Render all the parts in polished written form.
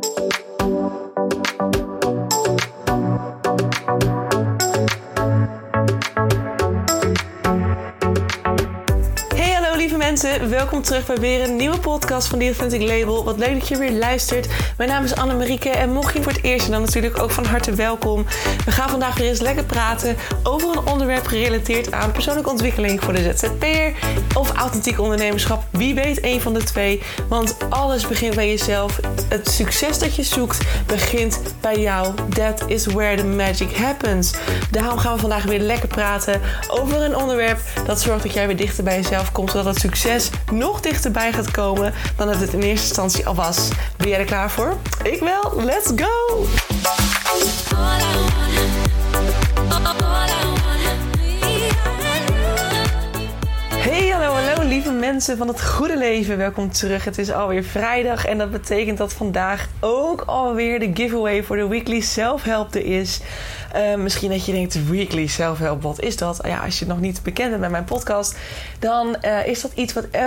Welkom terug bij weer een nieuwe podcast van The Authentic Label. Wat leuk dat je weer luistert. Mijn naam is Annemarieke en mocht je voor het eerst dan natuurlijk ook van harte welkom. We gaan vandaag weer eens lekker praten over een onderwerp gerelateerd aan persoonlijke ontwikkeling voor de ZZP'er of authentiek ondernemerschap. Wie weet, een van de twee. Want alles begint bij jezelf. Het succes dat je zoekt begint bij jou. That is where the magic happens. Daarom gaan we vandaag weer lekker praten over een onderwerp dat zorgt dat jij weer dichter bij jezelf komt, zodat het succes nog dichterbij gaat komen dan dat het in eerste instantie al was. Ben jij er klaar voor? Ik wel. Let's go! Hey, hallo lieve mensen van het goede leven. Welkom terug. Het is alweer vrijdag en dat betekent dat vandaag ook alweer de giveaway voor de Weekly Self-Help er is. Misschien dat je denkt, Weekly Self-Help, wat is dat? Ja, als je het nog niet bekend bent met mijn podcast, dan is dat iets wat ik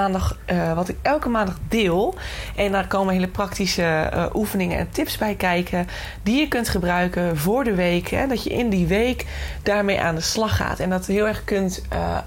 elke maandag deel. En daar komen hele praktische oefeningen en tips bij kijken die je kunt gebruiken voor de week. Hè? Dat je in die week daarmee aan de slag gaat. En dat je heel erg kunt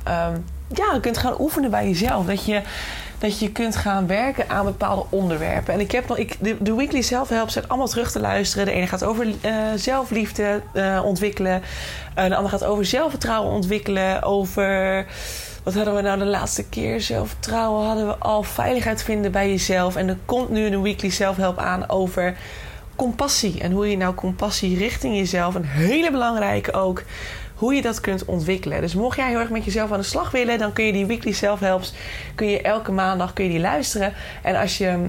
gaan oefenen bij jezelf. Dat je kunt gaan werken aan bepaalde onderwerpen. En de Weekly Self-Help zijn allemaal terug te luisteren. De ene gaat over zelfliefde ontwikkelen. De andere gaat over zelfvertrouwen ontwikkelen. Over, wat hadden we nou de laatste keer? Zelfvertrouwen hadden we al. Veiligheid vinden bij jezelf. En er komt nu een Weekly Self-Help aan over compassie. En hoe je nou compassie richting jezelf, een hele belangrijke ook, hoe je dat kunt ontwikkelen. Dus mocht jij heel erg met jezelf aan de slag willen, dan kun je die Weekly Self-Helps elke maandag luisteren. En als je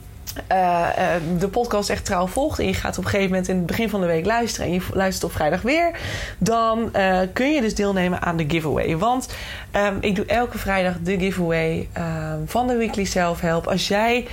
de podcast echt trouw volgt en je gaat op een gegeven moment in het begin van de week luisteren en je luistert op vrijdag weer, dan kun je dus deelnemen aan de giveaway. Want ik doe elke vrijdag de giveaway van de Weekly Self-Help. Als jij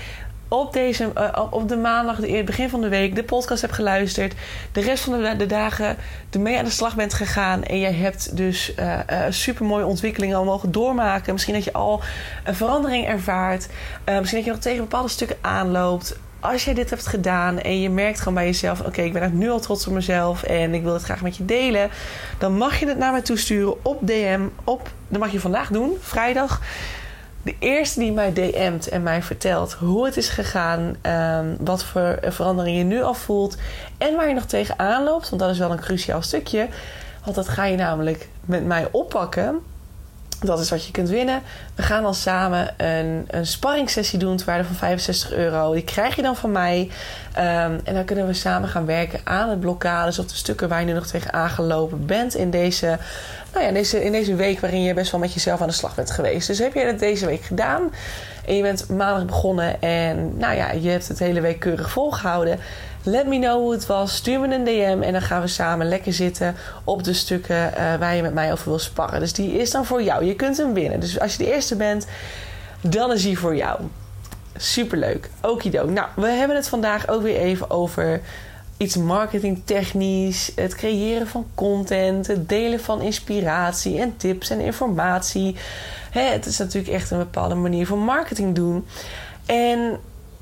op de maandag, het begin van de week, de podcast hebt geluisterd, de rest van de dagen ermee aan de slag bent gegaan en jij hebt dus super mooie ontwikkelingen al mogen doormaken. Misschien dat je al een verandering ervaart. Misschien dat je nog tegen bepaalde stukken aanloopt. Als jij dit hebt gedaan en je merkt gewoon bij jezelf, oké, ik ben echt nu al trots op mezelf en ik wil het graag met je delen, dan mag je het naar mij toesturen op DM. Dat mag je vandaag doen, vrijdag. De eerste die mij DM't en mij vertelt hoe het is gegaan, wat voor verandering je nu al voelt en waar je nog tegenaan loopt, want dat is wel een cruciaal stukje, want dat ga je namelijk met mij oppakken. Dat is wat je kunt winnen. We gaan dan samen een sparringssessie doen ter waarde van €65. Die krijg je dan van mij. En dan kunnen we samen gaan werken aan het blokkades of de stukken waar je nu nog tegenaan gelopen bent in deze week waarin je best wel met jezelf aan de slag bent geweest. Dus heb je het deze week gedaan en je bent maandag begonnen en je hebt het hele week keurig volgehouden. Let me know hoe het was. Stuur me een DM en dan gaan we samen lekker zitten op de stukken waar je met mij over wil sparren. Dus die is dan voor jou. Je kunt hem winnen. Dus als je de eerste bent, dan is die voor jou. Superleuk. Okido. Nou, we hebben het vandaag ook weer even over iets marketingtechnisch. Het creëren van content. Het delen van inspiratie en tips en informatie. Het is natuurlijk echt een bepaalde manier van marketing doen. En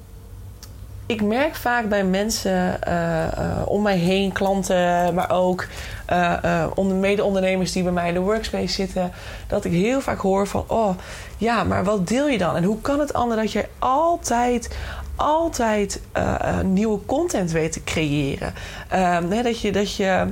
ik merk vaak bij mensen om mij heen, klanten, maar ook mede-ondernemers die bij mij in de workspace zitten, dat ik heel vaak hoor van, maar wat deel je dan? En hoe kan het anders dat je altijd nieuwe content weet te creëren? Dat je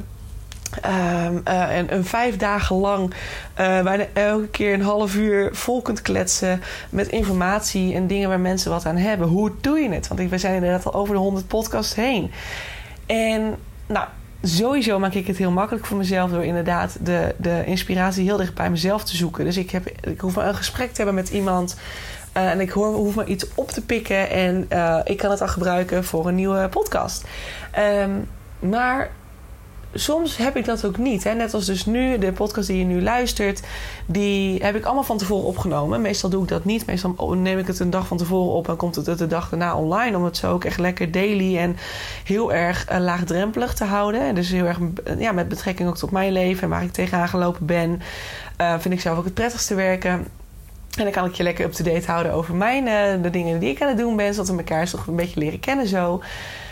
een 5 dagen lang bijna elke keer een half uur vol kunt kletsen met informatie en dingen waar mensen wat aan hebben. Hoe doe je het? Want we zijn inderdaad al over de 100 podcasts heen. En sowieso maak ik het heel makkelijk voor mezelf door inderdaad de inspiratie heel dicht bij mezelf te zoeken. Dus ik hoef maar een gesprek te hebben met iemand en ik hoef maar iets op te pikken en ik kan het al gebruiken voor een nieuwe podcast. Maar soms heb ik dat ook niet. Hè? Net als dus nu, de podcast die je nu luistert, die heb ik allemaal van tevoren opgenomen. Meestal doe ik dat niet. Meestal neem ik het een dag van tevoren op en komt het de dag daarna online. Om het zo ook echt lekker daily en heel erg laagdrempelig te houden. En dus heel erg met betrekking ook tot mijn leven en waar ik tegenaan gelopen ben. Vind ik zelf ook het prettigste werken. En dan kan ik je lekker up-to-date houden over de dingen die ik aan het doen ben. Zodat we elkaar toch een beetje leren kennen zo.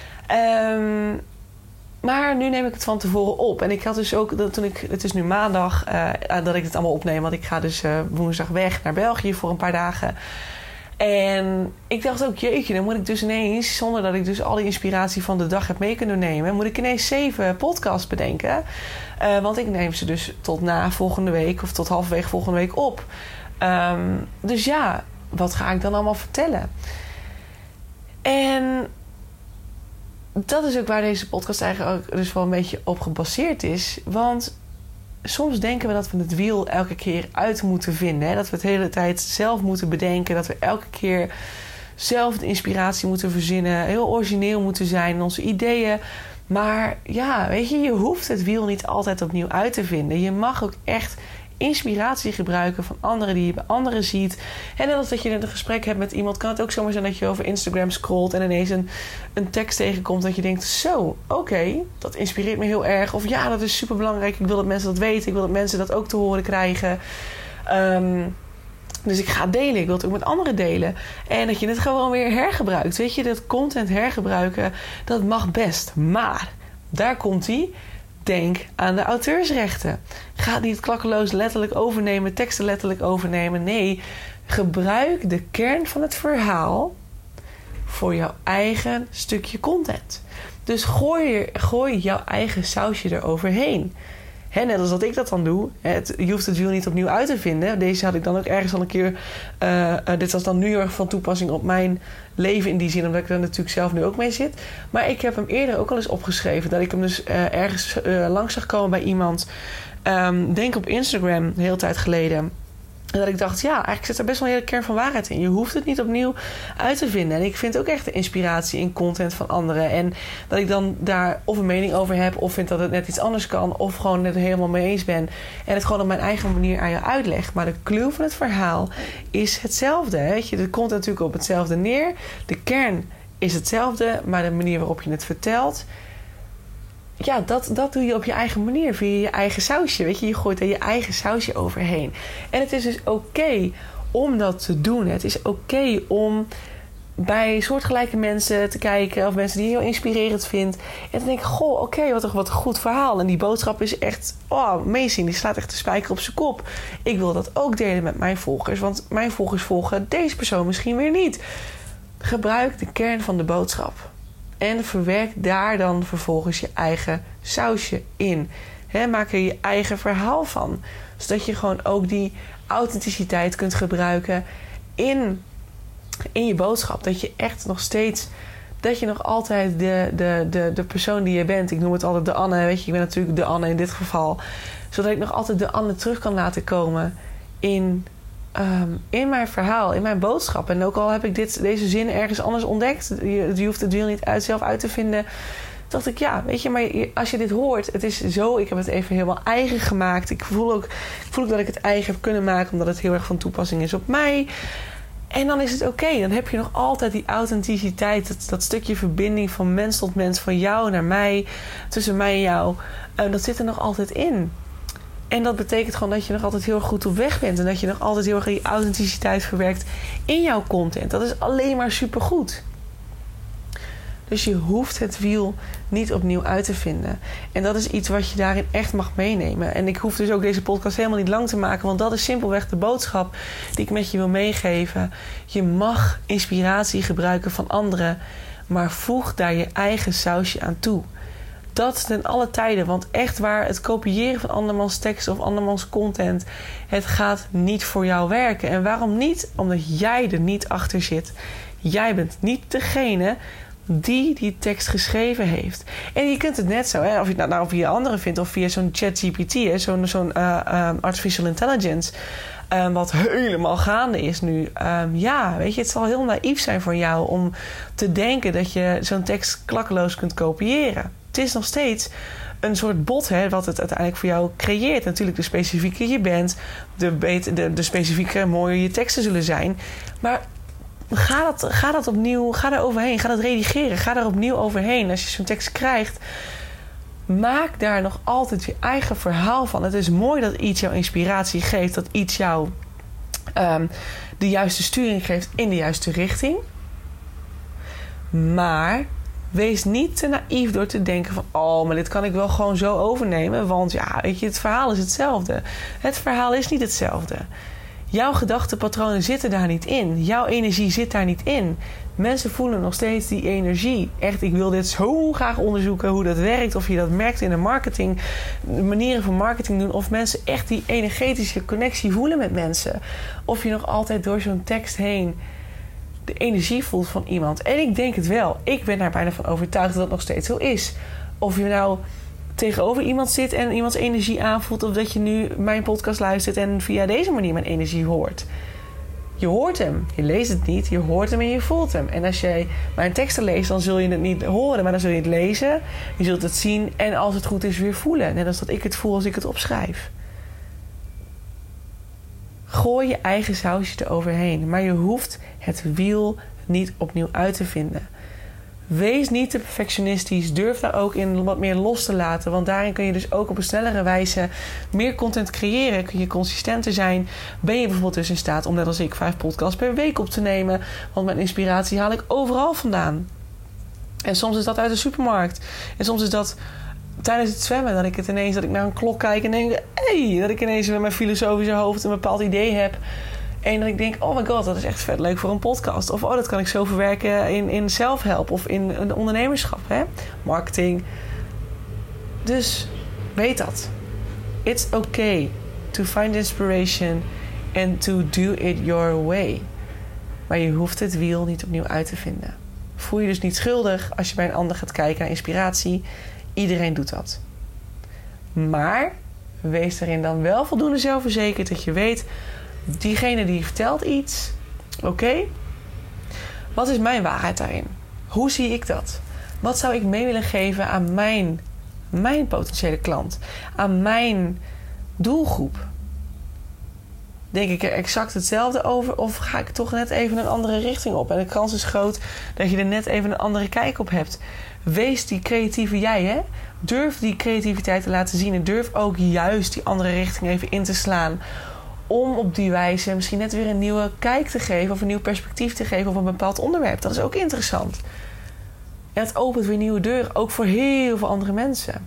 Maar nu neem ik het van tevoren op. En ik had dus ook, het is nu maandag dat ik het allemaal opneem. Want ik ga dus woensdag weg naar België voor een paar dagen. En ik dacht ook, jeetje, dan moet ik dus ineens, zonder dat ik dus al die inspiratie van de dag heb mee kunnen nemen, moet ik ineens 7 podcasts bedenken. Want ik neem ze dus tot na volgende week of tot halverwege volgende week op. Dus ja, wat ga ik dan allemaal vertellen? En dat is ook waar deze podcast eigenlijk ook dus wel een beetje op gebaseerd is. Want soms denken we dat we het wiel elke keer uit moeten vinden. Hè? Dat we het de hele tijd zelf moeten bedenken. Dat we elke keer zelf de inspiratie moeten verzinnen. Heel origineel moeten zijn in onze ideeën. Maar ja, weet je hoeft het wiel niet altijd opnieuw uit te vinden. Je mag ook echt inspiratie gebruiken van anderen die je bij anderen ziet. En net als dat je een gesprek hebt met iemand, kan het ook zomaar zijn dat je over Instagram scrolt en ineens een tekst tegenkomt dat je denkt, zo, oké, dat inspireert me heel erg. Of ja, dat is super belangrijk. Ik wil dat mensen dat weten. Ik wil dat mensen dat ook te horen krijgen. Dus ik ga het delen. Ik wil het ook met anderen delen. En dat je het gewoon weer hergebruikt. Weet je, dat content hergebruiken, dat mag best. Maar, daar komt-ie. Denk aan de auteursrechten. Ga niet klakkeloos letterlijk overnemen, teksten letterlijk overnemen. Nee, gebruik de kern van het verhaal voor jouw eigen stukje content. Dus gooi jouw eigen sausje eroverheen. Net als dat ik dat dan doe. Je hoeft het wiel niet opnieuw uit te vinden. Deze had ik dan ook ergens al een keer. Dit was dan nu erg van toepassing op mijn leven in die zin. Omdat ik er natuurlijk zelf nu ook mee zit. Maar ik heb hem eerder ook al eens opgeschreven. Dat ik hem dus ergens langs zag komen bij iemand. Denk op Instagram, een hele tijd geleden. En dat ik dacht, ja, eigenlijk zit er best wel een hele kern van waarheid in. Je hoeft het niet opnieuw uit te vinden. En ik vind ook echt de inspiratie in content van anderen. En dat ik dan daar of een mening over heb, of vind dat het net iets anders kan, of gewoon net helemaal mee eens ben. En het gewoon op mijn eigen manier aan je uitleg. Maar de clue van het verhaal is hetzelfde. Weet je? Het komt natuurlijk op hetzelfde neer. De kern is hetzelfde, maar de manier waarop je het vertelt, ja, dat doe je op je eigen manier. Via je eigen sausje. Weet je gooit er je eigen sausje overheen. En het is dus oké om dat te doen. Het is oké om bij soortgelijke mensen te kijken. Of mensen die je heel inspirerend vindt. En te denken, goh, oké, wat een goed verhaal. En die boodschap is echt amazing. Die slaat echt de spijker op zijn kop. Ik wil dat ook delen met mijn volgers. Want mijn volgers volgen deze persoon misschien weer niet. Gebruik de kern van de boodschap. En verwerk daar dan vervolgens je eigen sausje in. Maak er je eigen verhaal van. Zodat je gewoon ook die authenticiteit kunt gebruiken in je boodschap. Dat je echt nog steeds, dat je nog altijd de persoon die je bent. Ik noem het altijd de Anne. Weet je, ik ben natuurlijk de Anne in dit geval. Zodat ik nog altijd de Anne terug kan laten komen in mijn verhaal, in mijn boodschap. En ook al heb ik deze zin ergens anders ontdekt, je hoeft het wiel niet zelf uit te vinden, dacht ik, ja, weet je, maar als je dit hoort, het is zo, ik heb het even helemaal eigen gemaakt. Ik voel ook dat ik het eigen heb kunnen maken, omdat het heel erg van toepassing is op mij. En dan is het oké. Dan heb je nog altijd die authenticiteit, dat stukje verbinding van mens tot mens, van jou naar mij, tussen mij en jou, dat zit er nog altijd in. En dat betekent gewoon dat je nog altijd heel erg goed op weg bent. En dat je nog altijd heel erg die authenticiteit verwerkt in jouw content. Dat is alleen maar supergoed. Dus je hoeft het wiel niet opnieuw uit te vinden. En dat is iets wat je daarin echt mag meenemen. En ik hoef dus ook deze podcast helemaal niet lang te maken. Want dat is simpelweg de boodschap die ik met je wil meegeven. Je mag inspiratie gebruiken van anderen. Maar voeg daar je eigen sausje aan toe. Dat ten alle tijden. Want echt waar, het kopiëren van andermans teksten of andermans content, het gaat niet voor jou werken. En waarom niet? Omdat jij er niet achter zit. Jij bent niet degene die tekst geschreven heeft. En je kunt het net zo, of je het nou via anderen vindt of via zo'n ChatGPT, zo'n artificial intelligence, wat helemaal gaande is nu. Ja, weet je, het zal heel naïef zijn voor jou om te denken dat je zo'n tekst klakkeloos kunt kopiëren. Het is nog steeds een soort bot, wat het uiteindelijk voor jou creëert. Natuurlijk, de specifieker je bent, de specifieker mooier je teksten zullen zijn. Maar ga dat opnieuw, ga daar overheen, ga dat redigeren, ga daar opnieuw overheen. Als je zo'n tekst krijgt, maak daar nog altijd je eigen verhaal van. Het is mooi dat iets jou inspiratie geeft, dat iets jou de juiste sturing geeft in de juiste richting. Maar wees niet te naïef door te denken van... maar dit kan ik wel gewoon zo overnemen. Want ja, weet je, het verhaal is hetzelfde. Het verhaal is niet hetzelfde. Jouw gedachtepatronen zitten daar niet in. Jouw energie zit daar niet in. Mensen voelen nog steeds die energie. Echt, ik wil dit zo graag onderzoeken hoe dat werkt. Of je dat merkt in de marketing. De manieren van marketing doen. Of mensen echt die energetische connectie voelen met mensen. Of je nog altijd door zo'n tekst heen de energie voelt van iemand. En ik denk het wel. Ik ben daar bijna van overtuigd dat dat nog steeds zo is. Of je nou tegenover iemand zit en iemands energie aanvoelt... of dat je nu mijn podcast luistert en via deze manier mijn energie hoort. Je hoort hem. Je leest het niet. Je hoort hem en je voelt hem. En als jij mijn teksten leest, dan zul je het niet horen... maar dan zul je het lezen. Je zult het zien en als het goed is weer voelen. Net als dat ik het voel als ik het opschrijf. Gooi je eigen sausje eroverheen. Maar je hoeft het wiel niet opnieuw uit te vinden. Wees niet te perfectionistisch. Durf daar ook in wat meer los te laten. Want daarin kun je dus ook op een snellere wijze meer content creëren. Kun je consistenter zijn. Ben je bijvoorbeeld dus in staat om net als ik 5 podcasts per week op te nemen. Want mijn inspiratie haal ik overal vandaan. En soms is dat uit de supermarkt. En soms is dat tijdens het zwemmen. Dat ik naar een klok kijk en denk... dat ik ineens met mijn filosofische hoofd een bepaald idee heb. En dat ik denk, oh my god, dat is echt vet leuk voor een podcast. Of dat kan ik zo verwerken in zelfhelp of in ondernemerschap. Hè? Marketing. Dus weet dat. It's okay to find inspiration and to do it your way. Maar je hoeft het wiel niet opnieuw uit te vinden. Voel je dus niet schuldig als je bij een ander gaat kijken naar inspiratie. Iedereen doet dat. Maar wees daarin dan wel voldoende zelfverzekerd dat je weet... diegene die vertelt iets. Oké? Wat is mijn waarheid daarin? Hoe zie ik dat? Wat zou ik mee willen geven aan mijn potentiële klant? Aan mijn doelgroep? Denk ik er exact hetzelfde over? Of ga ik toch net even een andere richting op? En de kans is groot dat je er net even een andere kijk op hebt. Wees die creatieve jij, hè? Durf die creativiteit te laten zien. En durf ook juist die andere richting even in te slaan. Om op die wijze misschien net weer een nieuwe kijk te geven... of een nieuw perspectief te geven op een bepaald onderwerp. Dat is ook interessant. En het opent weer nieuwe deuren. Ook voor heel veel andere mensen.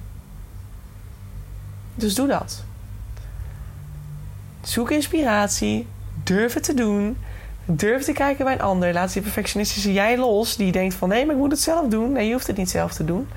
Dus doe dat. Zoek inspiratie. Durf het te doen. Durf te kijken bij een ander. Laat die perfectionistische jij los. Die denkt van nee, maar ik moet het zelf doen. Nee, je hoeft het niet zelf te doen.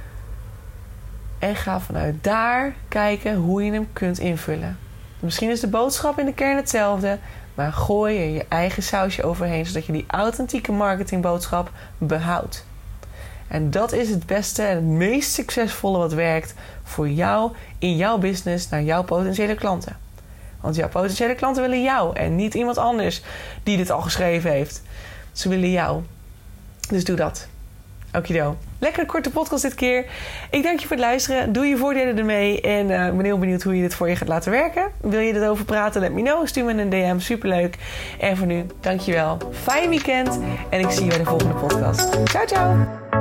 En ga vanuit daar kijken hoe je hem kunt invullen. Misschien is de boodschap in de kern hetzelfde, maar gooi er je eigen sausje overheen, zodat je die authentieke marketingboodschap behoudt. En dat is het beste en het meest succesvolle wat werkt voor jou in jouw business naar jouw potentiële klanten. Want jouw potentiële klanten willen jou en niet iemand anders die dit al geschreven heeft. Ze willen jou. Dus doe dat. Okido. Lekker korte podcast dit keer. Ik dank je voor het luisteren. Doe je voordelen ermee. En ik ben heel benieuwd hoe je dit voor je gaat laten werken. Wil je erover praten? Let me know. Stuur me een DM. Superleuk. En voor nu, dankjewel. Fijn weekend. En ik zie je bij de volgende podcast. Ciao, ciao.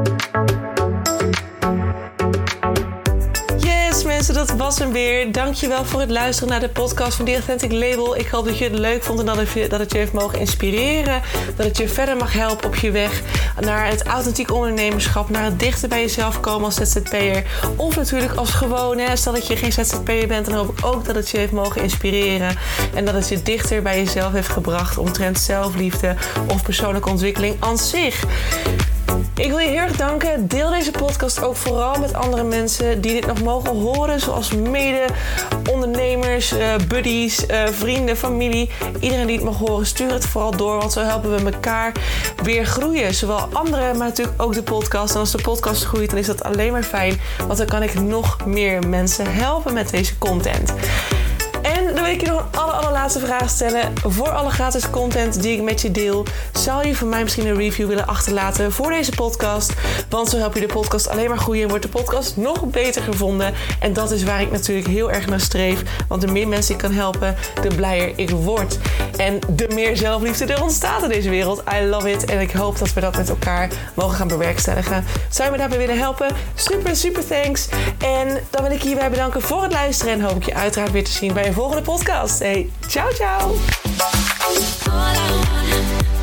Mensen, dat was hem weer. Dankjewel voor het luisteren naar de podcast van The Authentic Label. Ik hoop dat je het leuk vond en dat het je heeft mogen inspireren. Dat het je verder mag helpen op je weg naar het authentiek ondernemerschap. Naar het dichter bij jezelf komen als ZZP'er. Of natuurlijk als gewone. Stel dat je geen ZZP'er bent, dan hoop ik ook dat het je heeft mogen inspireren. En dat het je dichter bij jezelf heeft gebracht omtrent zelfliefde of persoonlijke ontwikkeling aan zich. Ik wil je heel erg danken. Deel deze podcast ook vooral met andere mensen die dit nog mogen horen. Zoals mede-ondernemers, buddies, vrienden, familie. Iedereen die het mag horen, stuur het vooral door. Want zo helpen we elkaar weer groeien. Zowel anderen, maar natuurlijk ook de podcast. En als de podcast groeit, dan is dat alleen maar fijn. Want dan kan ik nog meer mensen helpen met deze content. En dan wil ik je nog een allerlaatste vraag stellen. Voor alle gratis content die ik met je deel, zou je voor mij misschien een review willen achterlaten voor deze podcast? Want zo help je de podcast alleen maar groeien en wordt de podcast nog beter gevonden. En dat is waar ik natuurlijk heel erg naar streef. Want de meer mensen ik kan helpen, de blijer ik word. En de meer zelfliefde er ontstaat in deze wereld. I love it. En ik hoop dat we dat met elkaar mogen gaan bewerkstelligen. Zou je me daarbij willen helpen? Super thanks. En dan wil ik je hierbij bedanken voor het luisteren. En hoop ik je uiteraard weer te zien bij een volgende podcast. Hey, ciao. All I wanna